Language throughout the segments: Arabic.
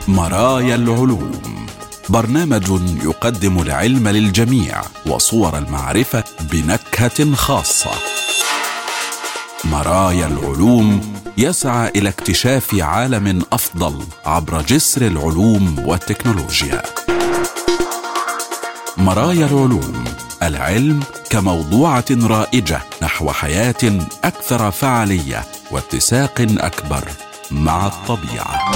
مرايا العلوم، برنامج يقدم العلم للجميع وصور المعرفة بنكهة خاصة. مرايا العلوم يسعى إلى اكتشاف عالم أفضل عبر جسر العلوم والتكنولوجيا. مرايا العلوم، العلم كموضوعة رائجة نحو حياة أكثر فعالية واتساق أكبر مع الطبيعة.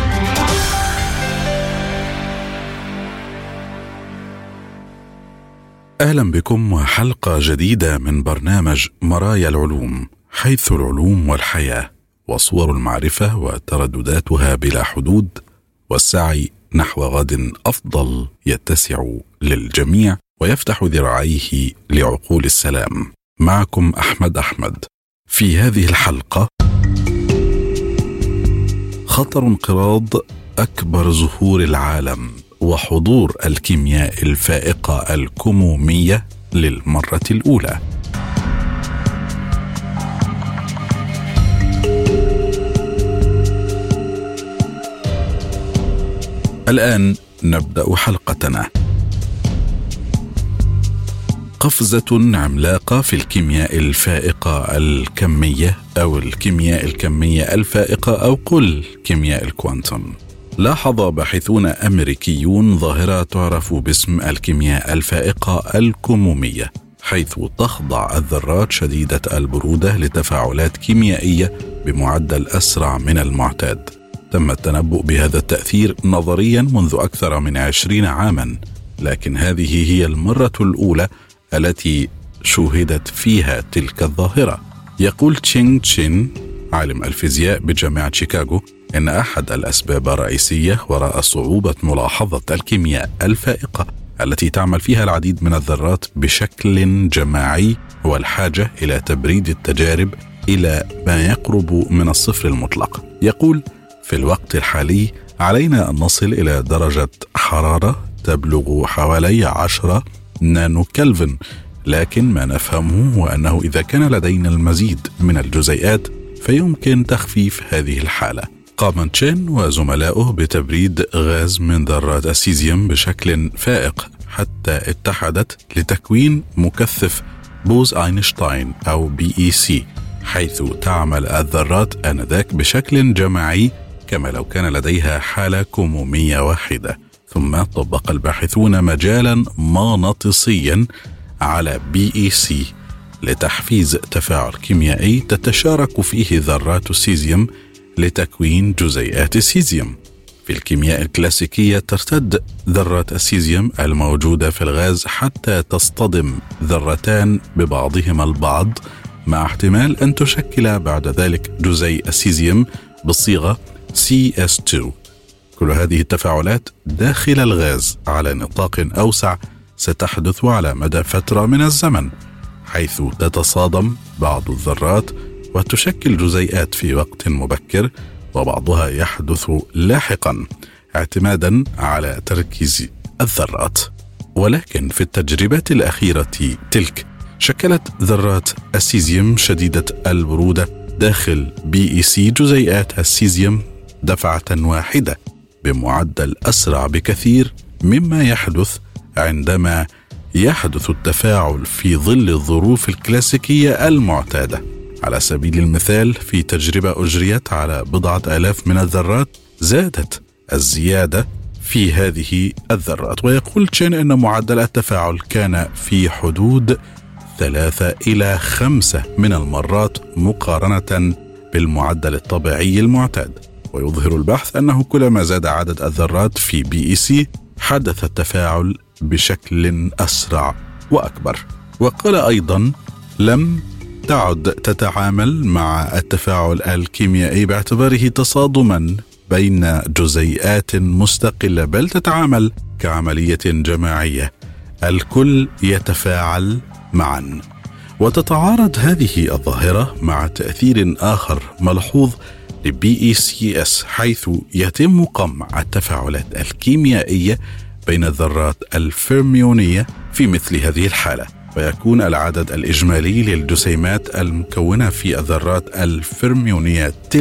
أهلا بكم وحلقة جديدة من برنامج مرايا العلوم، حيث العلوم والحياة وصور المعرفة وتردداتها بلا حدود، والسعي نحو غد أفضل يتسع للجميع ويفتح ذراعيه لعقول السلام. معكم أحمد. في هذه الحلقة خطر انقراض أكبر زهور العالم وحضور الكيمياء الفائقة الكمومية للمرة الأولى. الآن نبدأ حلقتنا. قفزة عملاقة في الكيمياء الفائقة الكمية أو الكيمياء الكمية الفائقة أو قل كيمياء الكوانتم. لاحظ باحثون أمريكيون ظاهرة تعرف باسم الكيمياء الفائقة الكمومية، حيث تخضع الذرات شديدة البرودة لتفاعلات كيميائية بمعدل أسرع من المعتاد. تم التنبؤ بهذا التأثير نظريا منذ أكثر من 20 عاما، لكن هذه هي المرة الأولى التي شوهدت فيها تلك الظاهرة. يقول تشينغ تشين عالم الفيزياء بجامعة شيكاغو إن أحد الأسباب الرئيسية وراء صعوبة ملاحظة الكيمياء الفائقة التي تعمل فيها العديد من الذرات بشكل جماعي هو الحاجة إلى تبريد التجارب إلى ما يقرب من الصفر المطلق. يقول: في الوقت الحالي علينا أن نصل إلى درجة حرارة تبلغ حوالي 10 نانو كلفن، لكن ما نفهمه هو أنه إذا كان لدينا المزيد من الجزيئات فيمكن تخفيف هذه الحالة. قام تشين وزملائه بتبريد غاز من ذرات السيزيوم بشكل فائق حتى اتحدت لتكوين مكثف بوز أينشتاين أو BEC، حيث تعمل الذرات آنذاك بشكل جماعي كما لو كان لديها حالة كمومية واحدة. ثم طبق الباحثون مجالا مغناطيسيا على BEC لتحفيز تفاعل كيميائي تتشارك فيه ذرات السيزيوم لتكوين جزيئات السيزيوم. في الكيمياء الكلاسيكية ترتد ذرات السيزيوم الموجودة في الغاز حتى تصطدم ذرتان ببعضهما البعض، مع احتمال أن تشكل بعد ذلك جزيء السيزيوم بالصيغة CS2. كل هذه التفاعلات داخل الغاز على نطاق أوسع ستحدث على مدى فترة من الزمن، حيث تتصادم بعض الذرات وتشكل جزيئات في وقت مبكر، وبعضها يحدث لاحقا اعتمادا على تركيز الذرات. ولكن في التجربة الأخيرة تلك شكلت ذرات السيزيوم شديدة البرودة داخل BEC جزيئات السيزيوم دفعة واحدة بمعدل أسرع بكثير مما يحدث عندما يحدث التفاعل في ظل الظروف الكلاسيكية المعتادة. على سبيل المثال، في تجربة أجريت على 10,000 من الذرات زادت الزيادة في هذه الذرات، ويقول تشين أن معدل التفاعل كان في حدود 3 إلى 5 من المرات مقارنة بالمعدل الطبيعي المعتاد. ويظهر البحث أنه كلما زاد عدد الذرات في BEC حدث التفاعل بشكل أسرع وأكبر. وقال أيضا: لم تعد تتعامل مع التفاعل الكيميائي باعتباره تصادما بين جزيئات مستقلة، بل تتعامل كعملية جماعية، الكل يتفاعل معا. وتتعارض هذه الظاهرة مع تأثير آخر ملحوظ لBECS، حيث يتم قمع التفاعلات الكيميائية بين الذرات الفيرميونية في مثل هذه الحالة، ويكون العدد الإجمالي للجسيمات المكونة في الذرات الفيرميونية تلك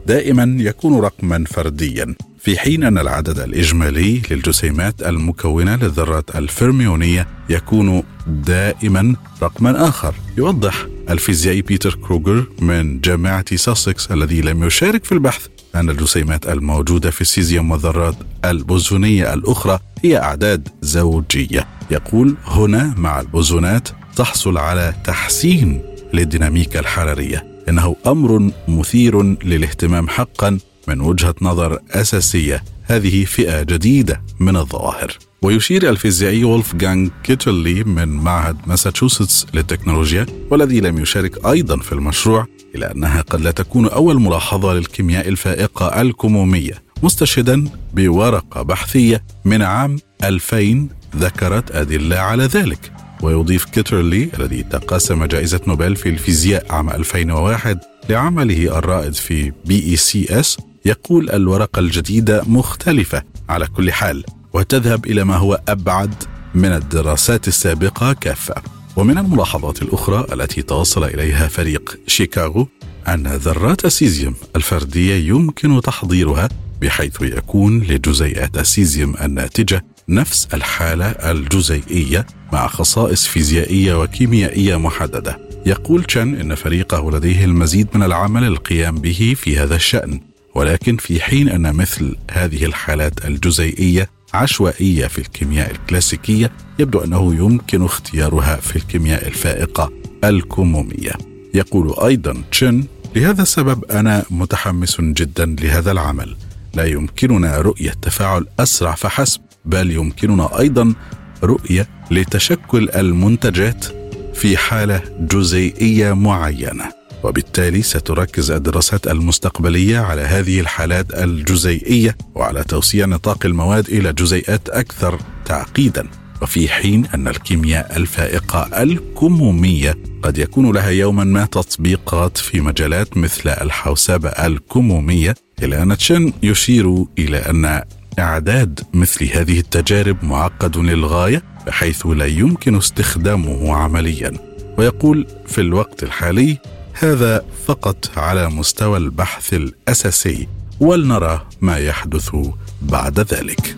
دائما يكون رقما فرديا، في حين أن العدد الإجمالي للجسيمات المكونة للذرات الفيرميونية يكون دائما رقما آخر. يوضح الفيزيائي بيتر كروغر من جامعة ساسكس الذي لم يشارك في البحث أن الجسيمات الموجودة في السيزيوم والذرات البوزونية الأخرى هي أعداد زوجية. يقول: هنا مع البوزونات تحصل على تحسين للديناميكا الحرارية. إنه أمر مثير للاهتمام حقا من وجهة نظر أساسية. هذه فئة جديدة من الظواهر. ويشير الفيزيائي وولفغانغ كيترلي من معهد ماساتشوستس للتكنولوجيا والذي لم يشارك أيضا في المشروع إلى أنها قد لا تكون أول ملاحظة للكيمياء الفائقة الكمومية، مستشهدا بورقة بحثية من عام 2000 ذكرت أدلة على ذلك. ويضيف كيترلي الذي تقاسم جائزة نوبل في الفيزياء عام 2001 لعمله الرائد في BECS، يقول: الورقة الجديدة مختلفة على كل حال وتذهب إلى ما هو أبعد من الدراسات السابقة كافة. ومن الملاحظات الأخرى التي توصل إليها فريق شيكاغو أن ذرات السيزيوم الفردية يمكن تحضيرها بحيث يكون لجزيئات السيزيوم الناتجة نفس الحالة الجزيئية مع خصائص فيزيائية وكيميائية محددة. يقول تشان إن فريقه لديه المزيد من العمل للقيام به في هذا الشأن، ولكن في حين أن مثل هذه الحالات الجزيئية عشوائية في الكيمياء الكلاسيكية، يبدو أنه يمكن اختيارها في الكيمياء الفائقة الكمومية. يقول أيضا تشن: لهذا السبب أنا متحمس جدا لهذا العمل. لا يمكننا رؤية تفاعل أسرع فحسب، بل يمكننا أيضا رؤية لتشكل المنتجات في حالة جزيئية معينة، وبالتالي ستركز الدراسات المستقبلية على هذه الحالات الجزيئية وعلى توسيع نطاق المواد إلى جزيئات أكثر تعقيدا. وفي حين أن الكيمياء الفائقة الكمومية قد يكون لها يوما ما تطبيقات في مجالات مثل الحوسبة الكمومية، إلا أن تشن يشير إلى أن إعداد مثل هذه التجارب معقد للغاية بحيث لا يمكن استخدامه عمليا. ويقول: في الوقت الحالي هذا فقط على مستوى البحث الأساسي، ولنرى ما يحدث بعد ذلك.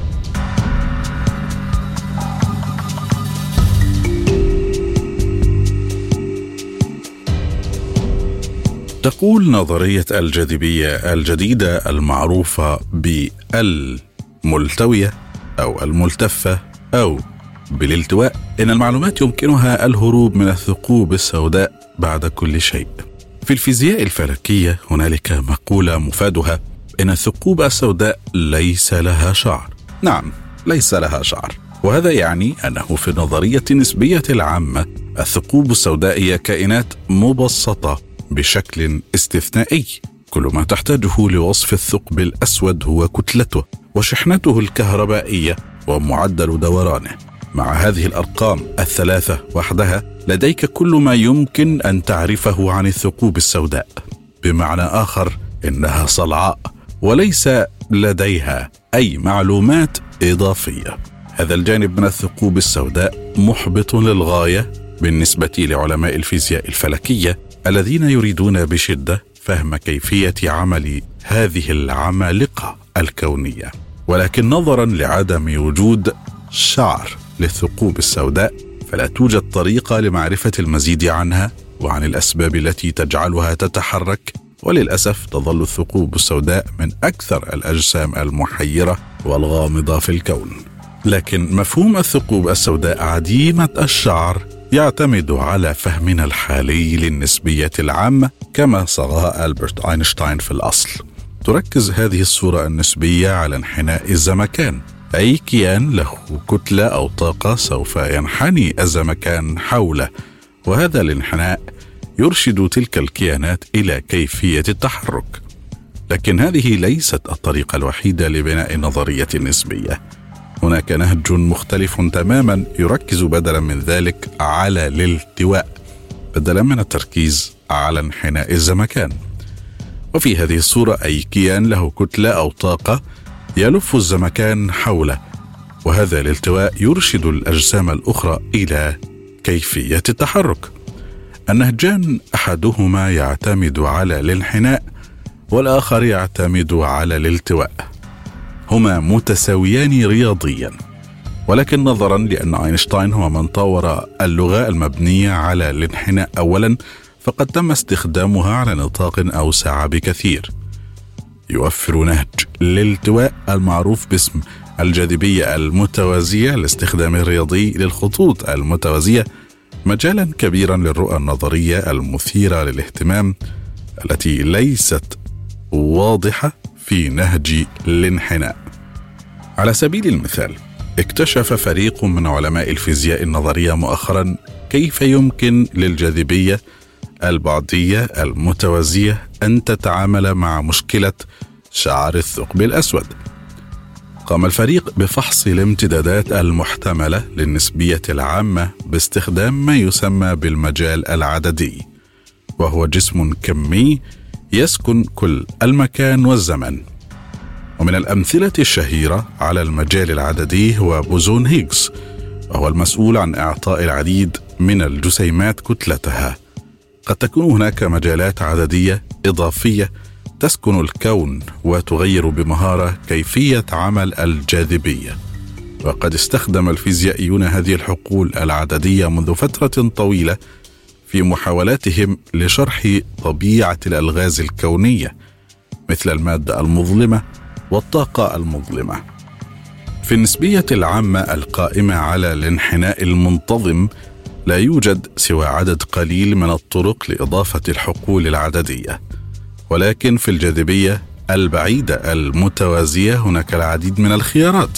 تقول نظرية الجاذبية الجديدة المعروفة بالملتوية أو الملتفة أو بالالتواء إن المعلومات يمكنها الهروب من الثقوب السوداء بعد كل شيء. في الفيزياء الفلكية هنالك مقولة مفادها إن الثقوب السوداء ليس لها شعر. نعم، ليس لها شعر، وهذا يعني أنه في النظرية النسبية العامة الثقوب السوداء هي كائنات مبسطة بشكل استثنائي. كل ما تحتاجه لوصف الثقب الأسود هو كتلته وشحنته الكهربائية ومعدل دورانه. مع هذه الأرقام الثلاثة وحدها لديك كل ما يمكن أن تعرفه عن الثقوب السوداء. بمعنى آخر إنها صلعاء وليس لديها أي معلومات إضافية. هذا الجانب من الثقوب السوداء محبط للغاية بالنسبة لعلماء الفيزياء الفلكية الذين يريدون بشدة فهم كيفية عمل هذه العمالقة الكونية. ولكن نظرا لعدم وجود شعر للثقوب السوداء فلا توجد طريقة لمعرفة المزيد عنها وعن الأسباب التي تجعلها تتحرك. وللأسف تظل الثقوب السوداء من أكثر الأجسام المحيرة والغامضة في الكون. لكن مفهوم الثقوب السوداء عديمة الشعر يعتمد على فهمنا الحالي للنسبية العامة كما صاغها ألبرت أينشتاين في الأصل. تركز هذه الصورة النسبية على انحناء الزمكان، أي كيان له كتلة أو طاقة سوف ينحني الزمكان حوله، وهذا الانحناء يرشد تلك الكيانات إلى كيفية التحرك. لكن هذه ليست الطريقة الوحيدة لبناء النظرية النسبية. هناك نهج مختلف تماما يركز بدلا من ذلك على الالتواء بدلا من التركيز على انحناء الزمكان. وفي هذه الصورة أي كيان له كتلة أو طاقة يلف الزمكان حوله، وهذا الالتواء يرشد الأجسام الأخرى إلى كيفية التحرك. النهجان أحدهما يعتمد على الانحناء والآخر يعتمد على الالتواء. هما متساويان رياضيا، ولكن نظرا لأن أينشتاين هو من طور اللغة المبنية على الانحناء أولا، فقد تم استخدامها على نطاق أوسع بكثير. يوفر نهج الالتواء المعروف باسم الجاذبية المتوازية الاستخدام الرياضي للخطوط المتوازية مجالا كبيرا للرؤى النظرية المثيرة للاهتمام التي ليست واضحة في نهج الانحناء. على سبيل المثال، اكتشف فريق من علماء الفيزياء النظرية مؤخرا كيف يمكن للجاذبية البعدية المتوازية أن تتعامل مع مشكلة شعر الثقب الأسود. قام الفريق بفحص الامتدادات المحتملة للنسبية العامة باستخدام ما يسمى بالمجال العددي، وهو جسم كمي يسكن كل المكان والزمن. ومن الأمثلة الشهيرة على المجال العددي هو بوزون هيغز، وهو المسؤول عن إعطاء العديد من الجسيمات كتلتها. قد تكون هناك مجالات عددية إضافية تسكن الكون وتغير بمهارة كيفية عمل الجاذبية، وقد استخدم الفيزيائيون هذه الحقول العددية منذ فترة طويلة في محاولاتهم لشرح طبيعة الألغاز الكونية مثل المادة المظلمة والطاقة المظلمة. في النسبية العامة القائمة على الانحناء المنتظم لا يوجد سوى عدد قليل من الطرق لإضافة الحقول العددية، ولكن في الجاذبية البعيدة المتوازية هناك العديد من الخيارات.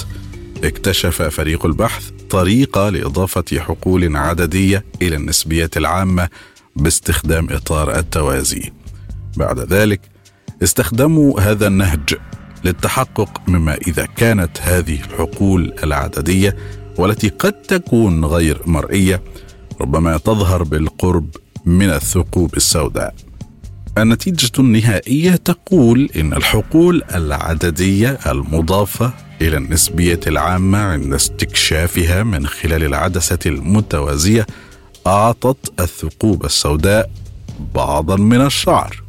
اكتشف فريق البحث طريقة لإضافة حقول عددية إلى النسبية العامة باستخدام إطار التوازي. بعد ذلك استخدموا هذا النهج للتحقق مما إذا كانت هذه الحقول العددية والتي قد تكون غير مرئية ربما تظهر بالقرب من الثقوب السوداء. النتيجة النهائية تقول إن الحقول العددية المضافة إلى النسبية العامة عند استكشافها من خلال العدسة المتوازية أعطت الثقوب السوداء بعضا من الشعر.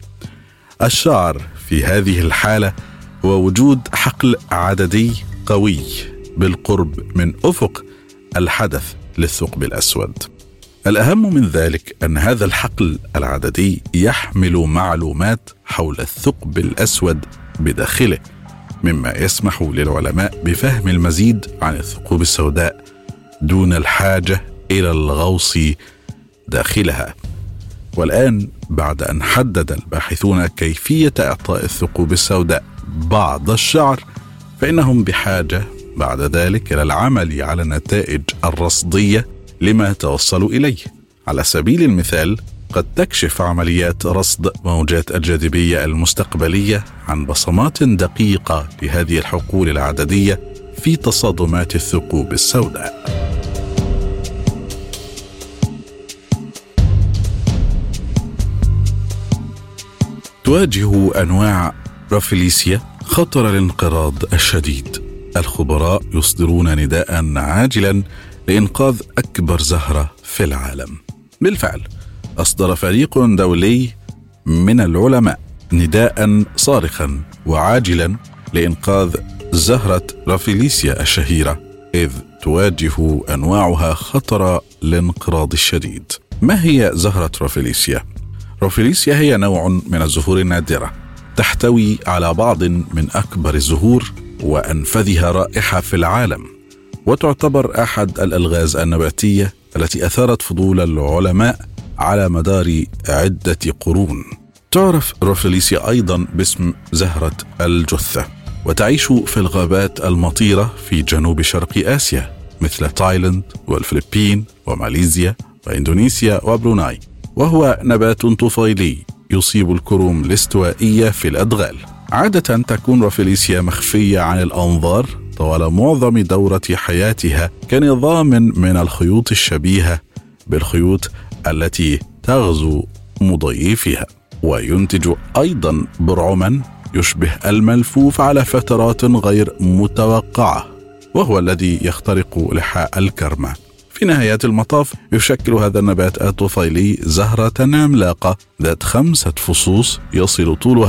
الشعر في هذه الحالة هو وجود حقل عددي قوي بالقرب من أفق الحدث للثقب الأسود. الأهم من ذلك أن هذا الحقل العددي يحمل معلومات حول الثقب الأسود بداخله، مما يسمح للعلماء بفهم المزيد عن الثقوب السوداء دون الحاجة إلى الغوص داخلها. والآن بعد أن حدد الباحثون كيفية إعطاء الثقوب السوداء بعض الشعر، فإنهم بحاجة بعد ذلك إلى العمل على النتائج الرصدية لما توصلوا إليه. على سبيل المثال، قد تكشف عمليات رصد موجات الجاذبية المستقبلية عن بصمات دقيقة لهذه الحقول العددية في تصادمات الثقوب السوداء. تواجه أنواع رافليسيا خطر الانقراض الشديد. الخبراء يصدرون نداء عاجلا لإنقاذ أكبر زهرة في العالم. بالفعل أصدر فريق دولي من العلماء نداء صارخا وعاجلا لإنقاذ زهرة رافليسيا الشهيرة، إذ تواجه أنواعها خطر الانقراض الشديد. ما هي زهرة رافليسيا؟ رافليسيا هي نوع من الزهور النادرة، تحتوي على بعض من أكبر الزهور وأنفذها رائحة في العالم، وتعتبر أحد الألغاز النباتية التي أثارت فضول العلماء على مدار عدة قرون. تعرف رافليسيا أيضا باسم زهرة الجثة، وتعيش في الغابات المطيرة في جنوب شرق آسيا مثل تايلاند والفلبين وماليزيا وإندونيسيا وبروناي، وهو نبات طفيلي يصيب الكروم الاستوائية في الأدغال. عادة تكون رافليسيا مخفية عن الأنظار طوال معظم دورة حياتها كنظام من الخيوط الشبيهة بالخيوط التي تغزو مضيفها، وينتج أيضا برعما يشبه الملفوف على فترات غير متوقعة، وهو الذي يخترق لحاء الكرمة. في نهاية المطاف يشكل هذا النبات الطفيلي زهرة عملاقة ذات 5 فصوص يصل طولها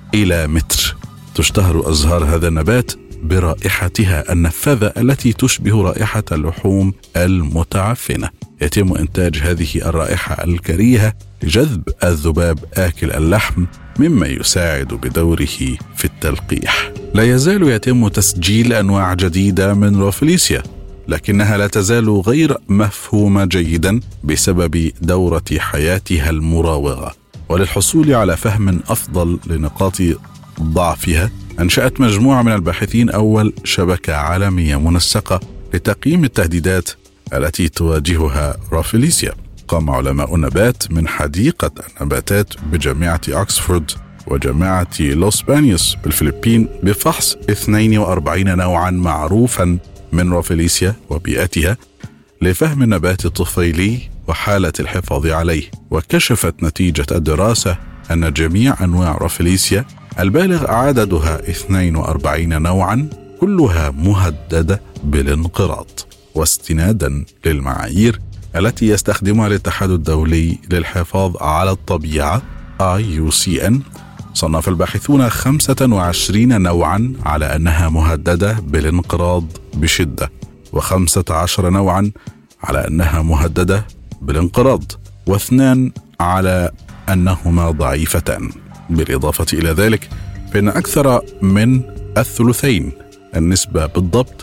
إلى متر. تشتهر أزهار هذا النبات برائحتها النفاذة التي تشبه رائحة اللحوم المتعفنة. يتم إنتاج هذه الرائحة الكريهة لجذب الذباب آكل اللحم، مما يساعد بدوره في التلقيح. لا يزال يتم تسجيل أنواع جديدة من روفليسيا، لكنها لا تزال غير مفهومة جيدا بسبب دورة حياتها المراوغة. وللحصول على فهم أفضل لنقاط ضعفها، أنشأت مجموعة من الباحثين أول شبكة عالمية منسقة لتقييم التهديدات التي تواجهها روفليسيا. قام علماء النبات من حديقة النباتات بجامعة أكسفورد وجامعة لوس بانيوس بالفلبين بفحص 42 نوعا معروفا من روفليسيا وبيئتها لفهم النبات الطفيلي وحالة الحفاظ عليه. وكشفت نتيجة الدراسة أن جميع أنواع روفليسيا البالغ عددها 42 نوعا كلها مهددة بالانقراض. واستنادا للمعايير التي يستخدمها الاتحاد الدولي للحفاظ على الطبيعة IUCN، صنف الباحثون 25 نوعا على أنها مهددة بالانقراض بشدة، و15 نوعا على أنها مهددة بالانقراض، و2 على أنهما ضعيفتان. بالإضافة إلى ذلك فإن أكثر من الثلثين، النسبة بالضبط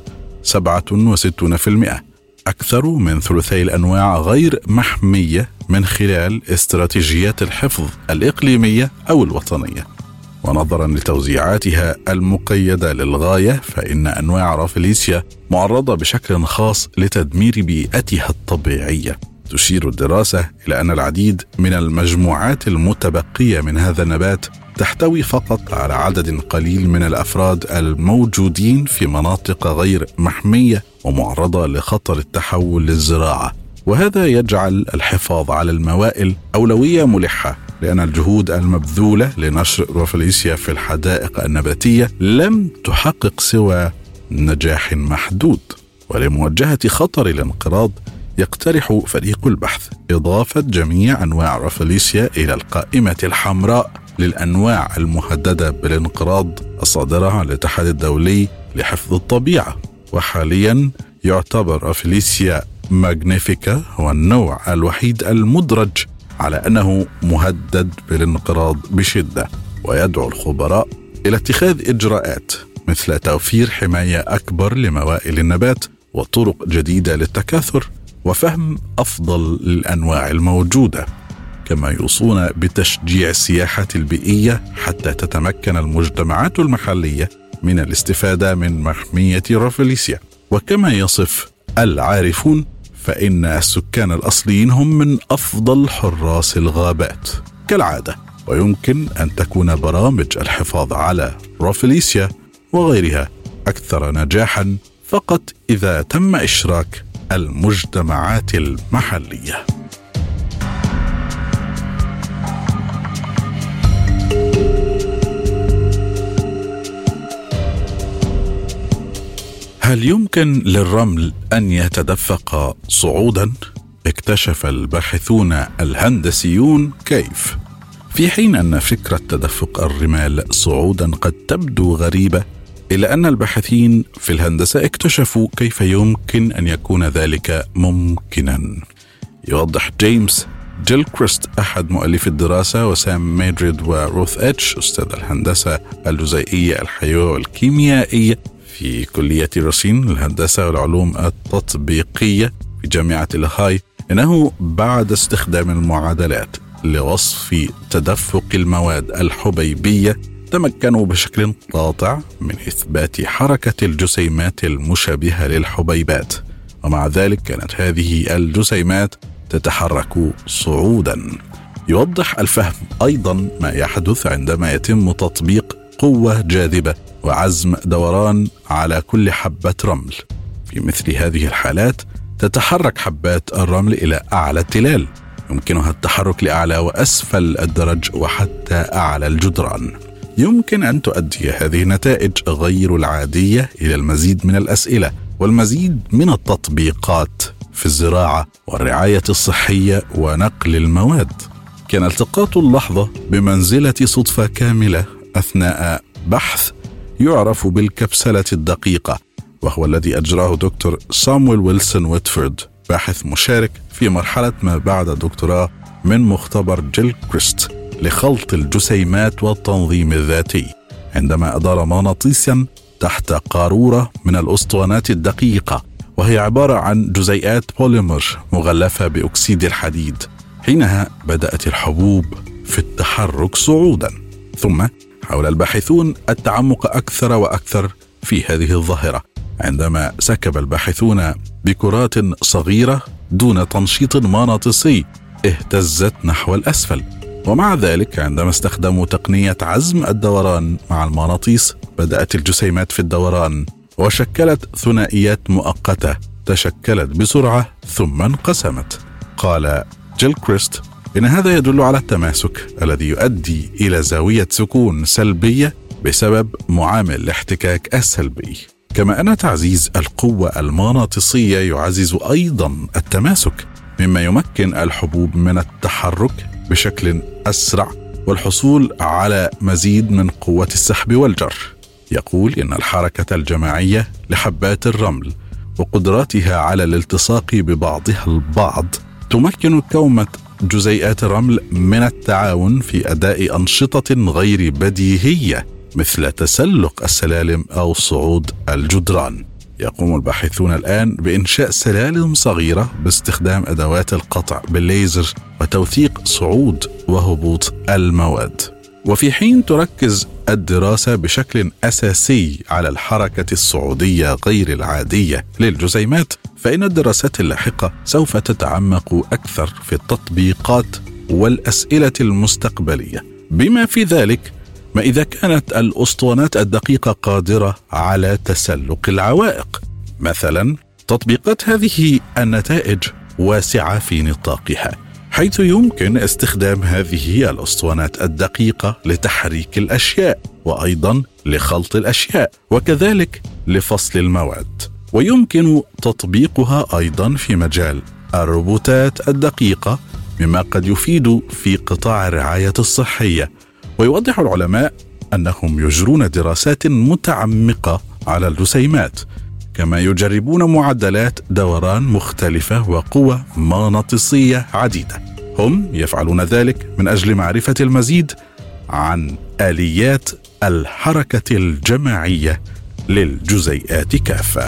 67%، أكثر من ثلثي الأنواع غير محمية من خلال استراتيجيات الحفظ الإقليمية أو الوطنية. ونظرا لتوزيعاتها المقيدة للغاية، فإن أنواع روفليسيا معرضة بشكل خاص لتدمير بيئتها الطبيعية. تشير الدراسة إلى أن العديد من المجموعات المتبقية من هذا النبات تحتوي فقط على عدد قليل من الأفراد الموجودين في مناطق غير محمية ومعرضة لخطر التحول للزراعة. وهذا يجعل الحفاظ على الموائل أولوية ملحة، لأن الجهود المبذولة لنشر روفليسيا في الحدائق النباتية لم تحقق سوى نجاح محدود. ولمواجهة خطر الانقراض يقترح فريق البحث إضافة جميع أنواع روفليسيا إلى القائمة الحمراء للأنواع المهددة بالانقراض الصادرة عن الاتحاد الدولي لحفظ الطبيعة. وحاليا يعتبر روفليسيا ماغنيفيكا هو النوع الوحيد المدرج على أنه مهدد بالانقراض بشدة. ويدعو الخبراء إلى اتخاذ إجراءات مثل توفير حماية أكبر لموائل النبات وطرق جديدة للتكاثر وفهم أفضل للأنواع الموجودة، كما يوصون بتشجيع السياحة البيئية حتى تتمكن المجتمعات المحلية من الاستفادة من محمية روفليسيا. وكما يصف العارفون فإن السكان الأصليين هم من أفضل حراس الغابات كالعادة، ويمكن أن تكون برامج الحفاظ على روفليسيا وغيرها أكثر نجاحا فقط إذا تم إشراك المجتمعات المحلية. هل يمكن للرمل أن يتدفق صعودا؟ اكتشف الباحثون الهندسيون كيف. في حين أن فكرة تدفق الرمال صعودا قد تبدو غريبة، إلا أن الباحثين في الهندسة اكتشفوا كيف يمكن أن يكون ذلك ممكنا. يوضح جيمس جيلكريست أحد مؤلفي الدراسة وسام ميدريد وروث إتش أستاذ الهندسة الجزيئية الحيوية والكيميائية في كلية روسين للهندسة والعلوم التطبيقية في جامعة الهاي، إنه بعد استخدام المعادلات لوصف تدفق المواد الحبيبية تمكنوا بشكل قاطع من إثبات حركة الجسيمات المشابهة للحبيبات، ومع ذلك كانت هذه الجسيمات تتحرك صعودا. يوضح الفهم أيضا ما يحدث عندما يتم تطبيق قوة جاذبة وعزم دوران على كل حبة رمل. في مثل هذه الحالات تتحرك حبات الرمل إلى أعلى التلال، يمكنها التحرك لأعلى وأسفل الدرج وحتى أعلى الجدران. يمكن أن تؤدي هذه النتائج غير العادية إلى المزيد من الأسئلة والمزيد من التطبيقات في الزراعة والرعاية الصحية ونقل المواد. كان التقاط اللحظة بمنزلة صدفة كاملة أثناء بحث يعرف بالكبسلة الدقيقة، وهو الذي أجراه دكتور سامويل ويلسون ويتفورد، باحث مشارك في مرحلة ما بعد دكتوراه من مختبر جيلكريست لخلط الجسيمات والتنظيم الذاتي، عندما أدار مغناطيسا تحت قارورة من الأسطوانات الدقيقة، وهي عبارة عن جزيئات بوليمر مغلفة بأكسيد الحديد. حينها بدأت الحبوب في التحرك صعودا، ثم حاول الباحثون التعمق أكثر وأكثر في هذه الظاهرة، عندما سكب الباحثون بكرات صغيرة دون تنشيط مغناطيسي اهتزت نحو الأسفل. ومع ذلك عندما استخدموا تقنية عزم الدوران مع المغناطيس بدأت الجسيمات في الدوران وشكلت ثنائيات مؤقتة تشكلت بسرعة ثم انقسمت. قال جيلكريست إن هذا يدل على التماسك الذي يؤدي إلى زاوية سكون سلبية بسبب معامل الاحتكاك السلبي، كما أن تعزيز القوة المغناطيسية يعزز أيضا التماسك، مما يمكن الحبوب من التحرك بشكل أسرع والحصول على مزيد من قوة السحب والجر. يقول إن الحركة الجماعية لحبات الرمل وقدراتها على الالتصاق ببعضها البعض تمكن كومة جزيئات الرمل من التعاون في أداء أنشطة غير بديهية مثل تسلق السلالم أو صعود الجدران. يقوم الباحثون الآن بإنشاء سلالم صغيرة باستخدام أدوات القطع بالليزر وتوثيق صعود وهبوط المواد. وفي حين تركز الدراسة بشكل أساسي على الحركة الصعودية غير العادية للجسيمات، فإن الدراسات اللاحقة سوف تتعمق أكثر في التطبيقات والأسئلة المستقبلية، بما في ذلك ما إذا كانت الأسطوانات الدقيقة قادرة على تسلق العوائق. مثلا تطبيقات هذه النتائج واسعة في نطاقها، حيث يمكن استخدام هذه الأسطوانات الدقيقة لتحريك الأشياء وأيضا لخلط الأشياء وكذلك لفصل المواد، ويمكن تطبيقها أيضا في مجال الروبوتات الدقيقة، مما قد يفيد في قطاع الرعاية الصحية. ويوضح العلماء أنهم يجرون دراسات متعمقة على الجسيمات، كما يجربون معدلات دوران مختلفة وقوى مغناطيسية عديدة. هم يفعلون ذلك من أجل معرفة المزيد عن آليات الحركة الجماعية للجزيئات كافة.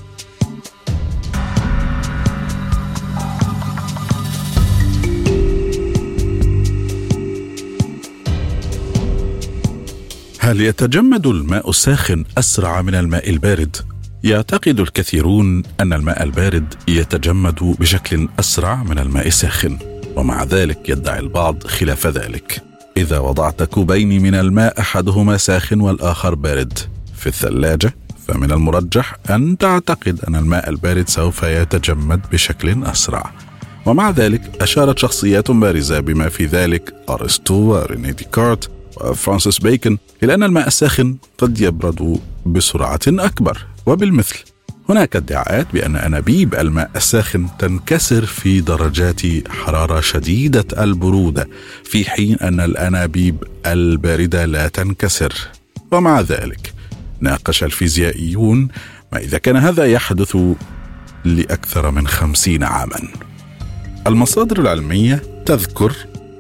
هل يتجمد الماء الساخن أسرع من الماء البارد؟ يعتقد الكثيرون أن الماء البارد يتجمد بشكل أسرع من الماء الساخن، ومع ذلك يدعي البعض خلاف ذلك. إذا وضعت كوبين من الماء أحدهما ساخن والآخر بارد في الثلاجة، فمن المرجح أن تعتقد أن الماء البارد سوف يتجمد بشكل أسرع. ومع ذلك أشارت شخصيات بارزة بما في ذلك أرسطو وريني ديكارت وفرانسيس بيكون إلى أن الماء الساخن قد يبرد بسرعة أكبر. وبالمثل هناك ادعاءات بأن أنابيب الماء الساخن تنكسر في درجات حرارة شديدة البرودة، في حين أن الأنابيب الباردة لا تنكسر. ومع ذلك ناقش الفيزيائيون ما إذا كان هذا يحدث لأكثر من 50 عاما. المصادر العلمية تذكر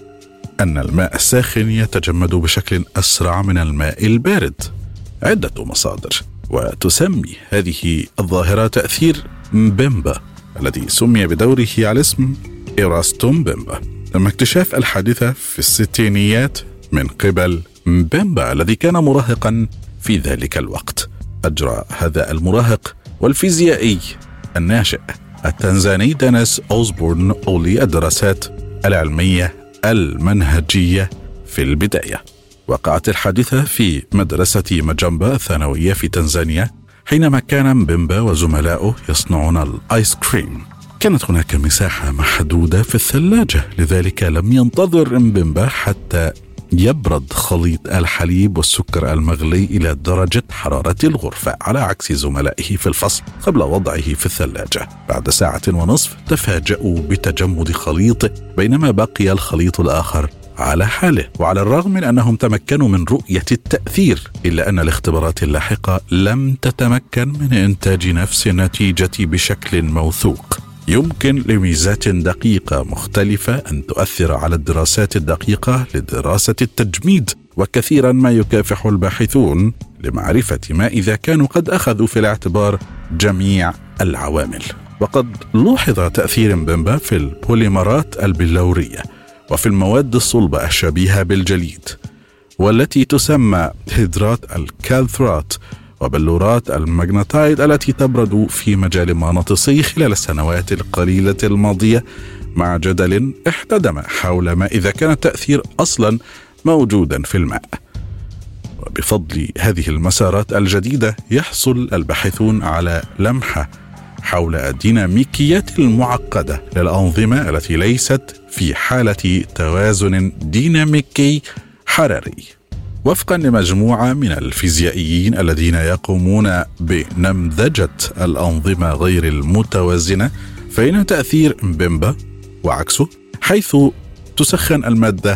أن الماء الساخن يتجمد بشكل أسرع من الماء البارد، عدة مصادر، وتسمي هذه الظاهرة تأثير مبيمبا الذي سمي بدوره على اسم إيراستو مبيمبا. تم اكتشاف الحادثة في الستينيات من قبل مبيمبا الذي كان مراهقا في ذلك الوقت. أجرى هذا المراهق والفيزيائي الناشئ التنزاني دينيس أوزبورن أولي الدراسات العلمية المنهجية في البداية. وقعت الحادثة في مدرسة مجمبا الثانوية في تنزانيا، حينما كان مبيمبا وزملائه يصنعون الآيس كريم. كانت هناك مساحة محدودة في الثلاجة، لذلك لم ينتظر مبيمبا حتى يبرد خليط الحليب والسكر المغلي إلى درجة حرارة الغرفة، على عكس زملائه في الفصل قبل وضعه في الثلاجة. بعد 1.5 ساعة تفاجأوا بتجمد خليطه، بينما بقي الخليط الآخر على حاله. وعلى الرغم من أنهم تمكنوا من رؤية التأثير، إلا أن الاختبارات اللاحقة لم تتمكن من إنتاج نفس النتيجة بشكل موثوق. يمكن لميزات دقيقة مختلفة أن تؤثر على الدراسات الدقيقة لدراسة التجميد، وكثيرا ما يكافح الباحثون لمعرفة ما إذا كانوا قد أخذوا في الاعتبار جميع العوامل. وقد لوحظ تأثير مبيمبا في البوليمرات البلورية وفي المواد الصلبة الشبيهة بالجليد، والتي تسمى هيدرات الكالثرات وبلورات المغناطيد التي تبرد في مجال مغناطيسي خلال السنوات القليلة الماضية، مع جدل احتدم حول ما إذا كان التأثير أصلا موجودا في الماء. وبفضل هذه المسارات الجديدة يحصل الباحثون على لمحة حول الديناميكيات المعقدة للأنظمة التي ليست في حالة توازن ديناميكي حراري. وفقا لمجموعة من الفيزيائيين الذين يقومون بنمذجة الأنظمة غير المتوازنة، فإن تأثير مبيمبا وعكسه، حيث تسخن المادة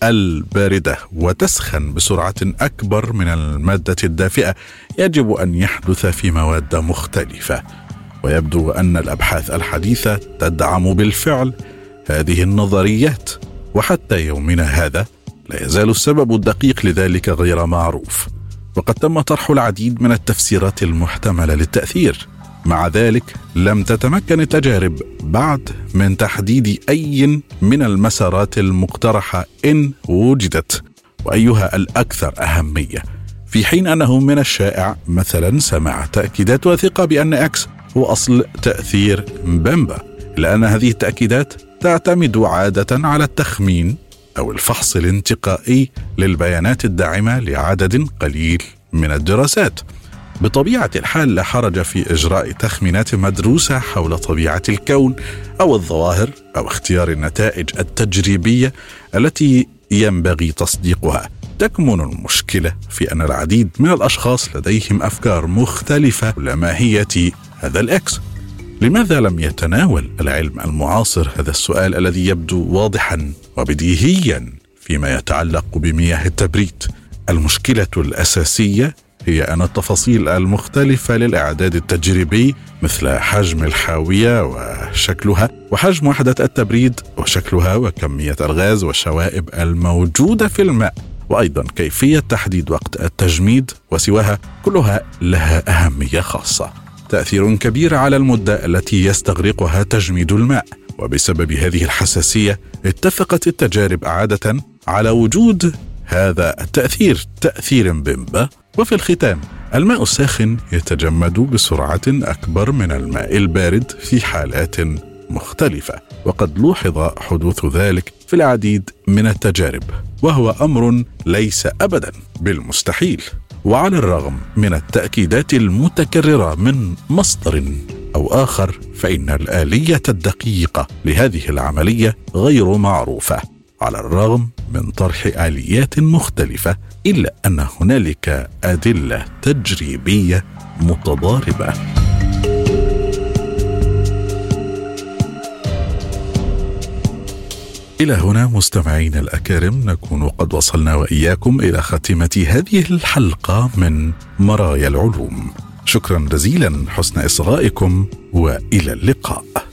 الباردة وتسخن بسرعة أكبر من المادة الدافئة، يجب أن يحدث في مواد مختلفة. ويبدو أن الأبحاث الحديثة تدعم بالفعل هذه النظريات، وحتى يومنا هذا لا يزال السبب الدقيق لذلك غير معروف. وقد تم طرح العديد من التفسيرات المحتملة للتأثير، مع ذلك لم تتمكن التجارب بعد من تحديد أي من المسارات المقترحة إن وجدت، وأيها الأكثر أهمية، في حين أنه من الشائع مثلا سماع تأكيدات وثيقة بأن إكس هو أصل تأثير مبيمبا، لأن هذه التأكيدات تعتمد عادة على التخمين أو الفحص الانتقائي للبيانات الداعمة لعدد قليل من الدراسات. بطبيعة الحال لا حرج في إجراء تخمينات مدروسة حول طبيعة الكون أو الظواهر أو اختيار النتائج التجريبية التي ينبغي تصديقها. تكمن المشكلة في أن العديد من الأشخاص لديهم أفكار مختلفة حول ماهية هذا الإكس. لماذا لم يتناول العلم المعاصر هذا السؤال الذي يبدو واضحا وبديهيا فيما يتعلق بمياه التبريد؟ المشكلة الأساسية هي أن التفاصيل المختلفة للإعداد التجريبي، مثل حجم الحاوية وشكلها وحجم وحدة التبريد وشكلها وكمية الغاز والشوائب الموجودة في الماء، وأيضا كيفية تحديد وقت التجميد وسواها، كلها لها أهمية خاصة، تأثير كبير على المدة التي يستغرقها تجميد الماء. وبسبب هذه الحساسية اتفقت التجارب عادة على وجود هذا التأثير، تأثير مبيمبا. وفي الختام، الماء الساخن يتجمد بسرعة أكبر من الماء البارد في حالات مختلفة، وقد لوحظ حدوث ذلك في العديد من التجارب، وهو أمر ليس أبدا بالمستحيل. وعلى الرغم من التأكيدات المتكررة من مصدر أو آخر، فإن الآلية الدقيقة لهذه العملية غير معروفة. على الرغم من طرح آليات مختلفة، إلا أن هنالك أدلة تجريبية متضاربة. إلى هنا مستمعين الأكارم نكون قد وصلنا وإياكم إلى خاتمة هذه الحلقة من مرايا العلوم. شكرا جزيلا حسن إصغائكم، وإلى اللقاء.